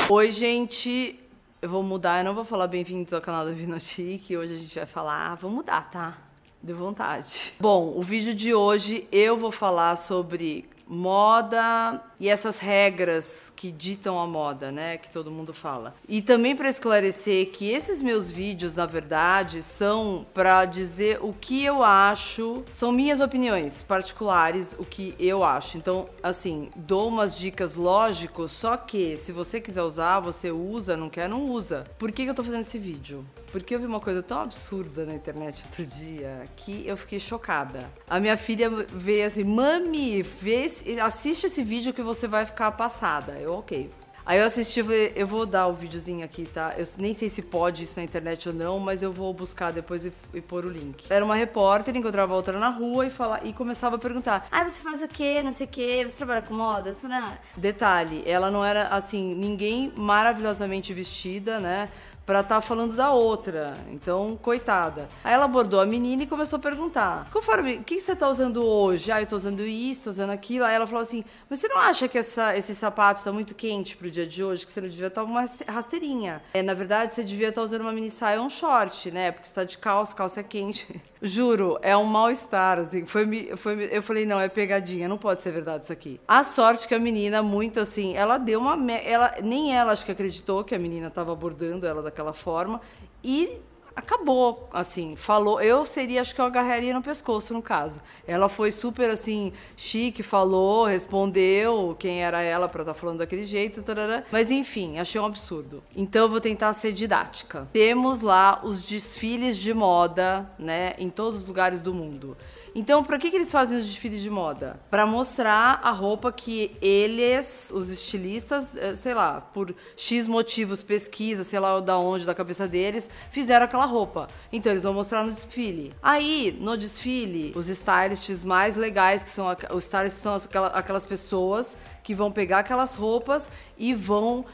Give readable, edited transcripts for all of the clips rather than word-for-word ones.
Oi, gente. Eu vou mudar, eu não vou falar bem-vindos ao canal da Vinochique. Hoje a gente vai falar... vou mudar, tá? Deu vontade. Bom, o vídeo de hoje eu vou falar sobre moda e essas regras que ditam a moda, né, que todo mundo fala. E também para esclarecer que esses meus vídeos, na verdade, são para dizer o que eu acho, são minhas opiniões particulares, o que eu acho. Então, assim, dou umas dicas lógicas, só que se você quiser usar, você usa, não quer, não usa. Por que eu tô fazendo esse vídeo? Porque eu vi uma coisa tão absurda na internet outro dia que eu fiquei chocada. A minha filha veio assim, mami, assiste esse vídeo que você vai ficar passada. Eu, ok. Aí eu assisti, eu vou dar o videozinho aqui, tá? Eu nem sei se pode isso na internet ou não, mas eu vou buscar depois e pôr o link. Era uma repórter, encontrava outra na rua e começava a perguntar: ah, você faz o quê? Não sei o quê, você trabalha com moda? Você não é... Detalhe, ela não era, assim, ninguém maravilhosamente vestida, né? Pra estar falando da outra. Então, coitada. Aí ela abordou a menina e começou a perguntar: conforme, o que você tá usando hoje? Ah, eu tô usando isso, tô usando aquilo. Aí ela falou assim: mas você não acha que esse sapato tá muito quente pro dia de hoje? Que você não devia estar com uma rasteirinha? Na verdade, você devia estar usando uma mini saia ou um short, né? Porque você tá de calça é quente. Juro, é um mal-estar, assim. Eu falei, não, é pegadinha, não pode ser verdade isso aqui. A sorte que a menina, muito assim, ela deu uma... nem ela acho que acreditou que a menina tava abordando ela daquela forma e acabou, assim, falou, eu seria, acho que eu agarraria no pescoço, no caso. Ela foi super, assim, chique, falou, respondeu quem era ela pra estar falando daquele jeito, tarará. Mas, enfim, achei um absurdo. Então, eu vou tentar ser didática. Temos lá os desfiles de moda, né, em todos os lugares do mundo. Então, para que eles fazem os desfiles de moda? Para mostrar a roupa que eles, os estilistas, sei lá, por X motivos, pesquisa, sei lá da onde, da cabeça deles, fizeram aquela roupa. Então, eles vão mostrar no desfile. Aí, no desfile, os stylists mais legais, que são os stylists são aquelas pessoas que vão pegar aquelas roupas e vão...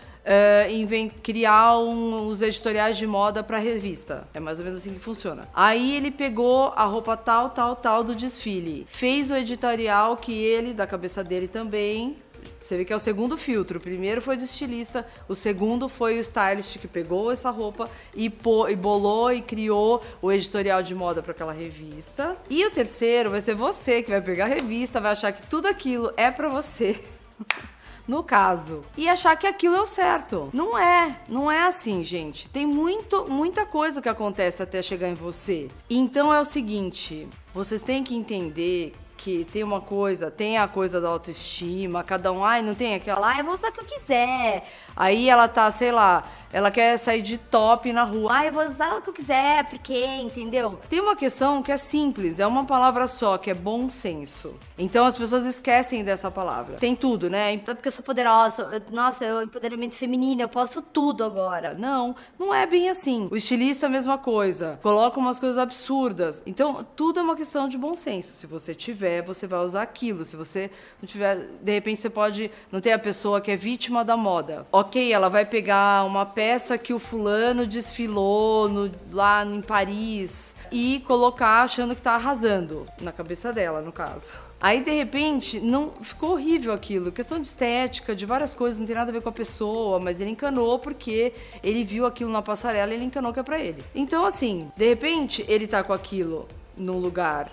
criar os editoriais de moda para revista. É mais ou menos assim que funciona. Aí ele pegou a roupa tal do desfile, fez o editorial que ele, da cabeça dele também. Você vê que é o segundo filtro. O primeiro foi do estilista, o segundo foi o stylist que pegou essa roupa e bolou e criou o editorial de moda para aquela revista. E o terceiro vai ser você que vai pegar a revista, vai achar que tudo aquilo é para você. No caso, e achar que aquilo é o certo. Não é assim, gente. Tem muita coisa que acontece até chegar em você. Então é o seguinte, vocês têm que entender que tem a coisa da autoestima, cada um, não tem aquela, eu vou usar o que eu quiser. Aí ela tá, sei lá, ela quer sair de top na rua, eu vou usar o que eu quiser, porque, entendeu? Tem uma questão que é simples, é uma palavra só, que é bom senso. Então as pessoas esquecem dessa palavra. Tem tudo, né? Porque eu sou poderosa, nossa, eu empoderamento feminino, eu posso tudo agora. Não é bem assim. O estilista é a mesma coisa, coloca umas coisas absurdas. Então tudo é uma questão de bom senso. Se você tiver, você vai usar aquilo. Se você não tiver, de repente você pode não ter a pessoa que é vítima da moda. Ok, ela vai pegar uma peça que o fulano desfilou lá em Paris e colocar achando que tá arrasando. Na cabeça dela, no caso. Aí, de repente, não ficou horrível aquilo. Questão de estética, de várias coisas, não tem nada a ver com a pessoa, mas ele encanou porque ele viu aquilo na passarela e ele encanou que é pra ele. Então, assim, de repente, ele tá com aquilo num lugar,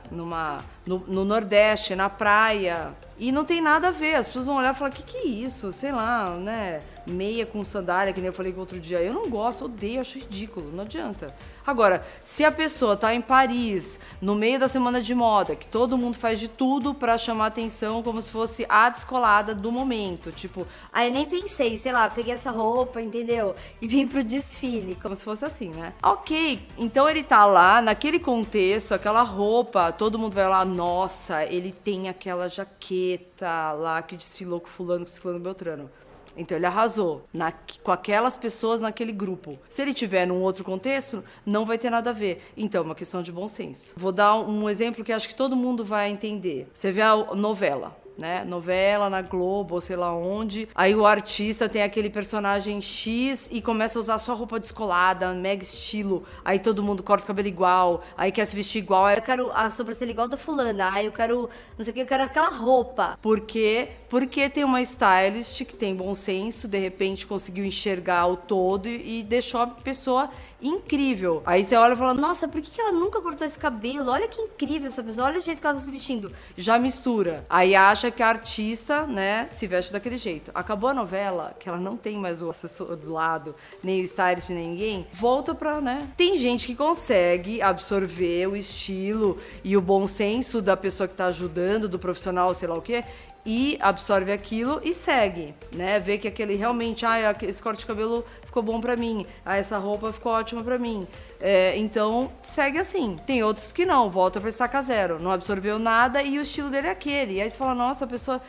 no Nordeste, na praia, e não tem nada a ver. As pessoas vão olhar e falar, que é isso? Sei lá, né? Meia com sandália, que nem eu falei que outro dia. Eu não gosto, odeio, acho ridículo, não adianta. Agora, se a pessoa tá em Paris, no meio da semana de moda, que todo mundo faz de tudo pra chamar atenção como se fosse a descolada do momento, tipo, eu nem pensei, sei lá, peguei essa roupa, entendeu? E vim pro desfile, como se fosse assim, né? Ok, então ele tá lá, naquele contexto, aquela roupa, todo mundo vai lá, nossa, ele tem aquela jaqueta lá que desfilou com fulano Beltrano. Então ele arrasou com aquelas pessoas naquele grupo. Se ele tiver num outro contexto, não vai ter nada a ver. Então é uma questão de bom senso. Vou dar um exemplo que acho que todo mundo vai entender. Você vê a novela. né? Novela, na Globo, ou sei lá onde. Aí o artista tem aquele personagem X e começa a usar só roupa descolada, mega estilo. Aí todo mundo corta o cabelo igual, aí quer se vestir igual. Aí Eu quero a sobrancelha igual da fulana. Eu quero, não sei o que, eu quero aquela roupa. Por quê? Porque tem uma stylist que tem bom senso, de repente conseguiu enxergar o todo e deixou a pessoa incrível. Aí você olha e fala, Nossa, por que ela nunca cortou esse cabelo? Olha que incrível essa pessoa, olha o jeito que ela tá se vestindo. já mistura. Aí acha que a artista, né, se veste daquele jeito. Acabou a novela, que ela não tem mais o assessor do lado, nem o stylist, nem ninguém, volta pra, né? Tem gente que consegue absorver o estilo e o bom senso da pessoa que tá ajudando, do profissional, sei lá o quê, e absorve aquilo e segue, né? Vê que aquele realmente, esse corte de cabelo ficou bom pra mim, essa roupa ficou ótima pra mim. Então, segue assim. Tem outros que não, volta pra estaca zero, não absorveu nada e o estilo dele é aquele. E aí você fala, nossa, a pessoa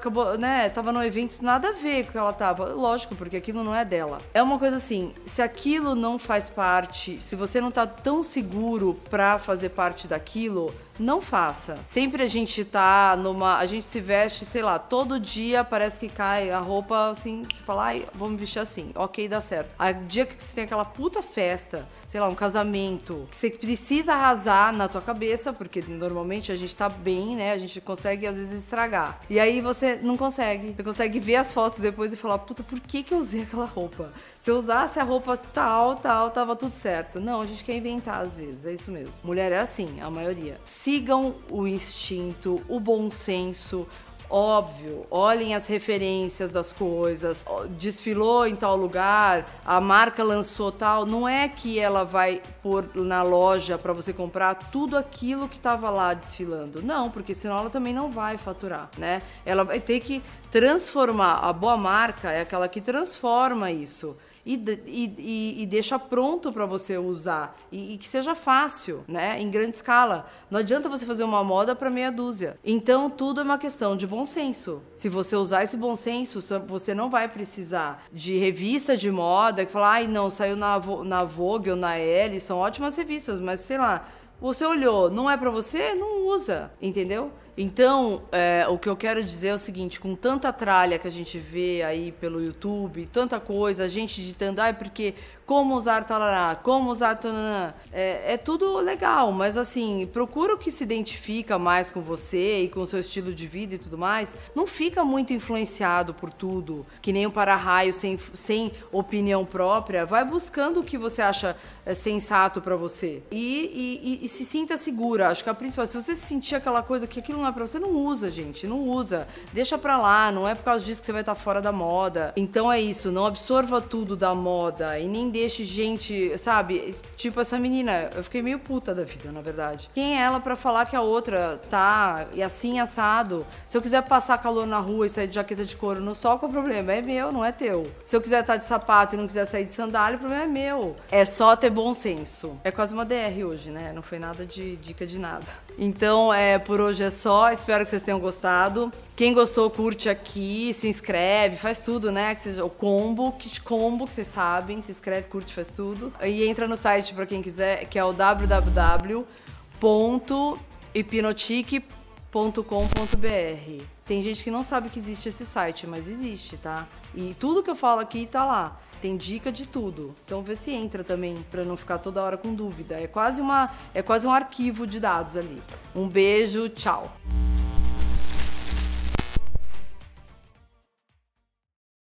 tava no evento, nada a ver com o que ela tava. Lógico, porque aquilo não é dela. É uma coisa assim, se aquilo não faz parte, se você não tá tão seguro pra fazer parte daquilo, não faça. Sempre a gente tá a gente se veste, sei lá, todo dia parece que cai a roupa assim, você fala, ai, vou me vestir assim, ok, dá certo. Aí, dia que você tem aquela puta festa, sei lá, um casamento, que você precisa arrasar na tua cabeça, porque normalmente a gente tá bem, né? A gente consegue às vezes estragar. E aí você não consegue. Você consegue ver as fotos depois e falar, puta, por que eu usei aquela roupa? Se eu usasse a roupa tal, tava tudo certo. Não, a gente quer inventar às vezes, é isso mesmo. Mulher é assim, a maioria. Sigam o instinto, o bom senso. Óbvio, olhem as referências das coisas, desfilou em tal lugar, a marca lançou tal, não é que ela vai pôr na loja para você comprar tudo aquilo que estava lá desfilando, não, porque senão ela também não vai faturar, né? Ela vai ter que transformar, a boa marca é aquela que transforma isso. E deixa pronto para você usar e que seja fácil, né? Em grande escala. Não adianta você fazer uma moda para meia dúzia. Então tudo é uma questão de bom senso. Se você usar esse bom senso, você não vai precisar de revista de moda que fala, ai não, saiu na Vogue ou na Elle, são ótimas revistas, mas sei lá, você olhou, não é para você, não usa, entendeu? Então, o que eu quero dizer é o seguinte, com tanta tralha que a gente vê aí pelo YouTube, tanta coisa, a gente digitando, porque como usar talará, como usar tananã, é tudo legal, mas assim, procura o que se identifica mais com você e com o seu estilo de vida e tudo mais, não fica muito influenciado por tudo, que nem um para-raio sem opinião própria, vai buscando o que você acha sensato pra você e se sinta segura, acho que a principal, se você sentir aquela coisa que aquilo não é pra você, não usa, gente, não usa, deixa pra lá, não é por causa disso que você vai estar fora da moda. Então é isso, não absorva tudo da moda e nem deixe gente, sabe, tipo essa menina, eu fiquei meio puta da vida, na verdade. Quem é ela pra falar que a outra tá e assim assado? Se eu quiser passar calor na rua e sair de jaqueta de couro no sol, qual é o problema? É meu, não é teu. Se eu quiser estar de sapato e não quiser sair de sandália, o problema é meu. É só ter bom senso. É quase uma DR hoje, né? Não foi nada de dica de nada. Então, por hoje é só. Espero que vocês tenham gostado. Quem gostou, curte aqui, se inscreve, faz tudo, né? Que seja o kit combo, que vocês sabem. Se inscreve, curte, faz tudo. E entra no site pra quem quiser, que é o www.hipnotique.com.br. Tem gente que não sabe que existe esse site, mas existe, tá? E tudo que eu falo aqui tá lá. Tem dica de tudo. Então vê se entra também, pra não ficar toda hora com dúvida. É quase um arquivo de dados ali. Um beijo, tchau.